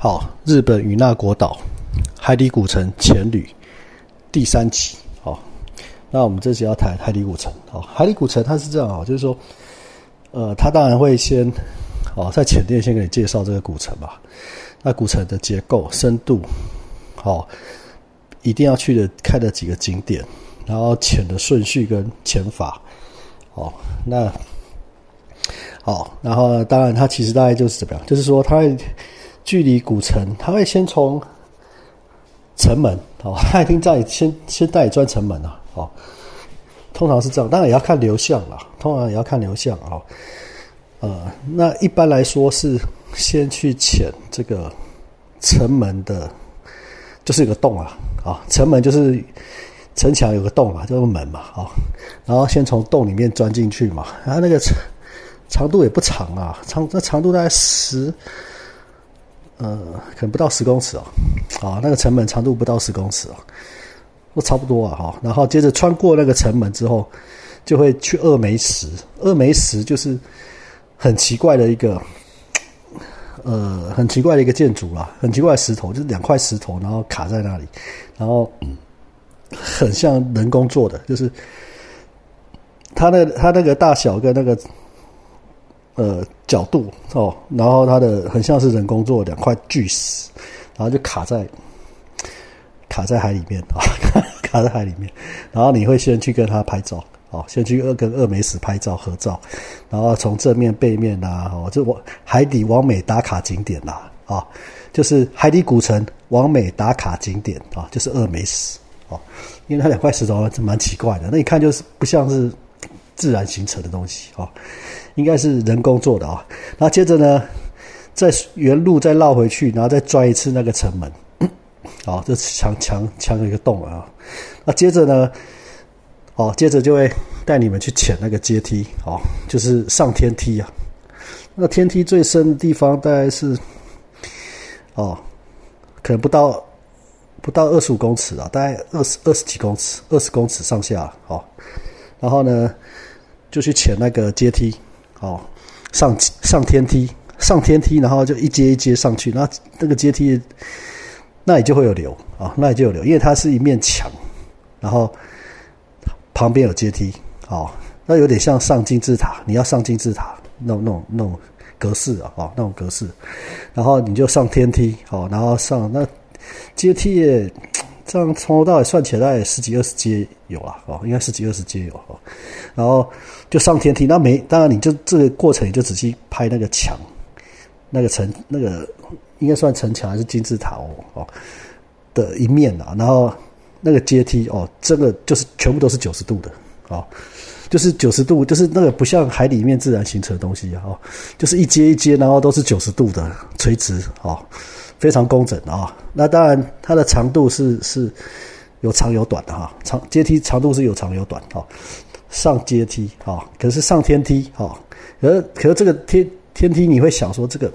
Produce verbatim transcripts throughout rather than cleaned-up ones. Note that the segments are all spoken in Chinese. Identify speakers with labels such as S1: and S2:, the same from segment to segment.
S1: 好，日本与那国岛海底古城潜旅第三集。好，那我们这集要谈海底古城。好，海底古城它是这样啊，就是说，呃，它当然会先，哦，在前店先给你介绍这个古城吧。那古城的结构、深度，好，一定要去的看的几个景点，然后潜的顺序跟潜法。好，那好，然后呢，当然它其实大概就是怎么样，就是说它会距离古城，它会先从城门，哦，它一定带你先先带你钻城门啊，哦，通常是这样，当然也要看流向啦，通常也要看流向啊，哦，呃，那一般来说是先去潜这个城门的，就是有个洞啊，啊，哦，城门就是城墙有个洞嘛，就是门嘛，啊，哦，然后先从洞里面钻进去嘛，然后那个长度也不长啊，长那长度大概十。呃，可能不到十公尺哦，啊，那个城门长度不到十公尺哦，都差不多啊，哈。然后接着穿过那个城门之后，就会去二枚石。二枚石就是很奇怪的一个，呃，很奇怪的一个建筑啦，很奇怪的石头，就是两块石头，然后卡在那里，然后很像人工做的，就是它那它那个大小跟那个。呃，角度哦，然后它的很像是人工做的两块巨石，然后就卡在卡在海里面啊，哦，卡在海里面，然后你会先去跟它拍照，哦，先去二跟二枚石拍照合照，然后从正面、背面啊，哦，这我海底完美打卡景点啦，啊，哦，就是海底古城完美打卡景点啊，哦，就是二枚石哦，因为它两块石头蛮奇怪的，那一看就是不像是自然形成的东西哦。应该是人工做的啊，然后接着呢，再原路再绕回去，然后再钻一次那个城门，好，这墙墙墙有一个洞啊。那接着呢，哦，接着就会带你们去潜那个阶梯，哦，就是上天梯啊。那天梯最深的地方大概是，哦，可能不到不到二十五公尺啊，大概二十二十几公尺，二十公尺上下，哦，然后呢，就去潜那个阶梯。哦，上上天梯，上天梯，然后就一阶一阶上去，然后那个阶梯那里就会有流啊，哦，那里就有流，因为它是一面墙，然后旁边有阶梯，哦，那有点像上金字塔，你要上金字塔那种那种那种格式啊，哦，那种格式，然后你就上天梯，哦，然后上那阶梯也这样从头到尾算起来大概十几二十阶有啦，哦，应该十几二十阶有哦，然后就上天梯，那没当然你就这个过程你就仔细拍那个墙，那个城那个应该算城墙还是金字塔哦哦的一面啊，然后那个阶梯哦，这个就是全部都是九十度的哦，就是九十度，就是那个不像海里面自然形成的东西啊，哦，就是一阶一阶，然后都是九十度的垂直哦。非常工整啊，哦，那当然它的长度是是有长有短的哈，长阶梯长度是有长有短啊，哦，上阶梯啊，哦，可是上天梯啊，哦，可是可是这个天天梯你会想说这个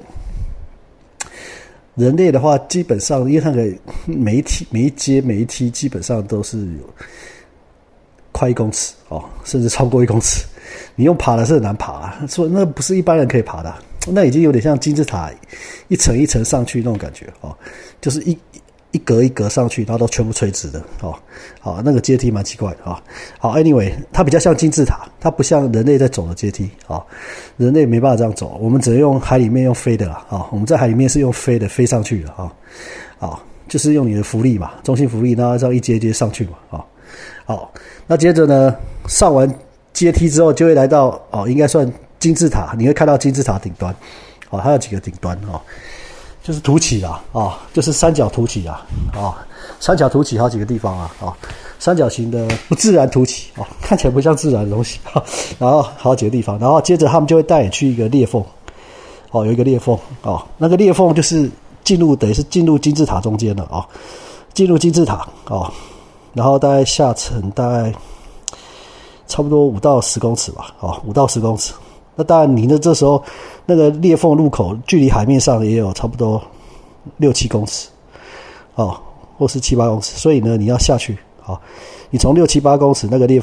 S1: 人类的话，基本上因为那个每一梯每一阶每一梯基本上都是有快一公尺哦，甚至超过一公尺，你用爬的是很难爬啊，说那不是一般人可以爬的，啊。那已经有点像金字塔一层一层上去那种感觉哦，就是一一格一格上去，然后都全部垂直的哦。好，那个阶梯蛮奇怪的啊，哦。好 ，anyway， 它比较像金字塔，它不像人类在走的阶梯啊，哦。人类没办法这样走，我们只能用海里面用飞的啦啊，哦。我们在海里面是用飞的飞上去的啊，啊，哦，就是用你的浮力嘛，中心浮力，然后这样一阶一阶上去嘛啊，哦。好，那接着呢，上完阶梯之后就会来到哦，应该算。金字塔，你会看到金字塔顶端，哦，它有几个顶端哦，就是凸起啦，哦，就是三角凸起啦，哦，三角凸起好几个地方啊，哦，三角形的不自然凸起，哦，看起来不像自然的东西，哦，然后好几个地方，然后接着他们就会带你去一个裂缝，哦，有一个裂缝，哦，那个裂缝就是进入，等于是进入金字塔中间了，哦，进入金字塔，哦，然后大概下沉大概差不多五到十公尺吧，哦，五到十公尺。那当然，你的这时候那个裂缝入口距离海面上也有差不多六七公尺，哦，或是七八公尺，所以呢，你要下去，好，你从六七八公尺那个裂缝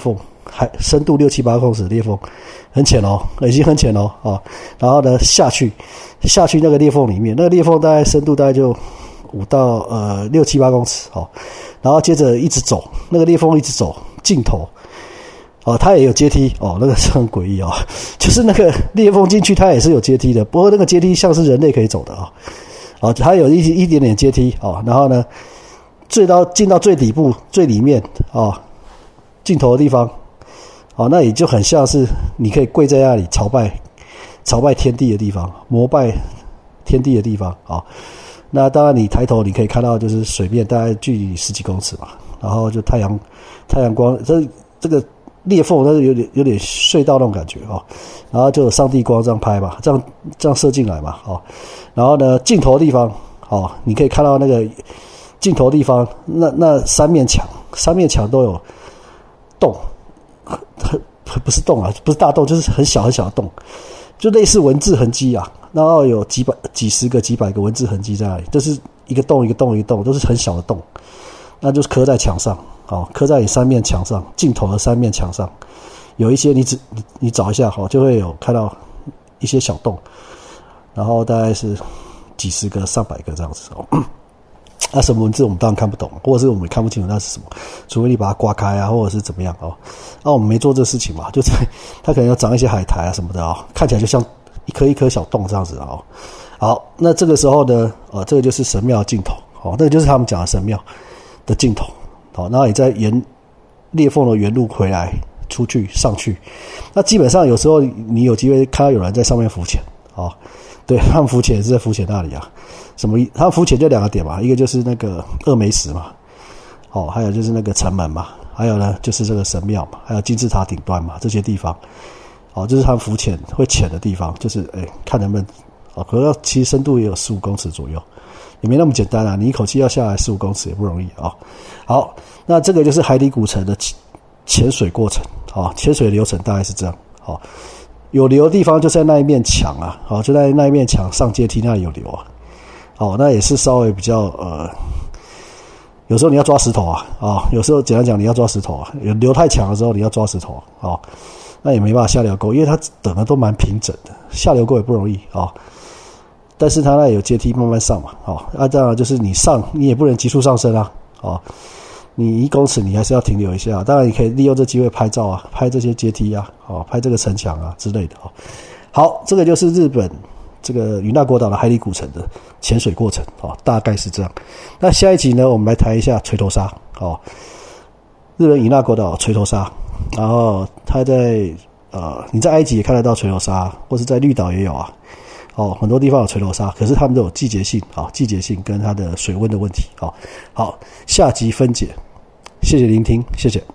S1: 海深度六七八公尺的裂缝，很浅哦，已经很浅哦啊。然后呢下去下去那个裂缝里面，那个裂缝大概深度大概就五到呃六七八公尺哦。然后接着一直走，那个裂缝一直走，尽头哦，它也有阶梯哦，那个是很诡异哦，就是那个裂缝进去它也是有阶梯的，不过那个阶梯像是人类可以走的啊、哦，哦，它有一一点点阶梯哦，然后呢，最到进到最底部最里面哦，尽头的地方哦，那也就很像是你可以跪在那里朝拜朝拜天地的地方，膜拜天地的地方啊、哦。那当然你抬头你可以看到就是水面大概距离十几公尺嘛，然后就太阳太阳光这这个裂缝它是有点有点隧道那种感觉哦，然后就有上帝光这样拍嘛，这样这样射进来嘛哦，然后呢尽头的地方哦，你可以看到那个尽头的地方那那三面墙三面墙都有洞，不是洞啊，不是大洞，就是很小很小的洞，就类似文字痕迹啊。然后有几百、几十个、几百个文字痕迹在那里，就是一个洞一个洞一个洞，都是很小的洞，那就是刻在墙上，哦，刻在你三面墙上，尽头的三面墙上，有一些你只你你找一下，哦，就会有看到一些小洞，然后大概是几十个、上百个这样子哦。那什么文字我们当然看不懂，或者是我们也看不清楚那是什么，除非你把它刮开啊，或者是怎么样哦。那、啊、我们没做这事情嘛，就在它可能要长一些海苔啊什么的啊、哦，看起来就像一颗一颗小洞这样子哦。好，那这个时候呢，呃，这个就是神庙的尽头，哦，那个就是他们讲的神庙的尽头。好，然后你再沿裂缝的原路回来，出去上去。那基本上有时候你有机会看到有人在上面浮潜，哦，对，他们浮潜也是在浮潜那里啊。什么？他们浮潜就两个点嘛，一个就是那个峨眉石嘛，哦，还有就是那个城门嘛，还有呢就是这个神庙嘛，还有金字塔顶端嘛，这些地方。哦，就是他们浮潜会潜的地方，就是诶，看能不能哦，可是其实深度也有十五公尺左右，也没那么简单啊，你一口气要下来十五公尺也不容易啊、哦。好，那这个就是海底古城的潜水过程啊、哦，潜水流程大概是这样。好、哦，有流的地方就在那一面墙啊，好、哦，就在那一面墙上阶梯那里有流啊。哦，那也是稍微比较呃，有时候你要抓石头啊，啊、哦，有时候简单讲你要抓石头啊，有流太强的时候你要抓石头啊。哦，那也没办法下流沟，因为它等的都蛮平整的，下流沟也不容易啊、哦。但是它那有阶梯慢慢上嘛，哦，那当然就是你上你也不能急速上升啊，哦，你一公尺你还是要停留一下，当然你可以利用这机会拍照啊，拍这些阶梯啊，哦，拍这个城墙啊之类的哦。好，这个就是日本这个与那国岛的海底古城的潜水过程哦，大概是这样。那下一集呢，我们来谈一下锤头鲨哦，日本与那国岛锤头鲨。然后它在呃，你在埃及也看得到锤头鲨，或是在绿岛也有啊，哦，很多地方有锤头鲨，可是它们都有季节性啊、哦，季节性跟它的水温的问题啊、哦。好，下集分解，谢谢聆听，谢谢。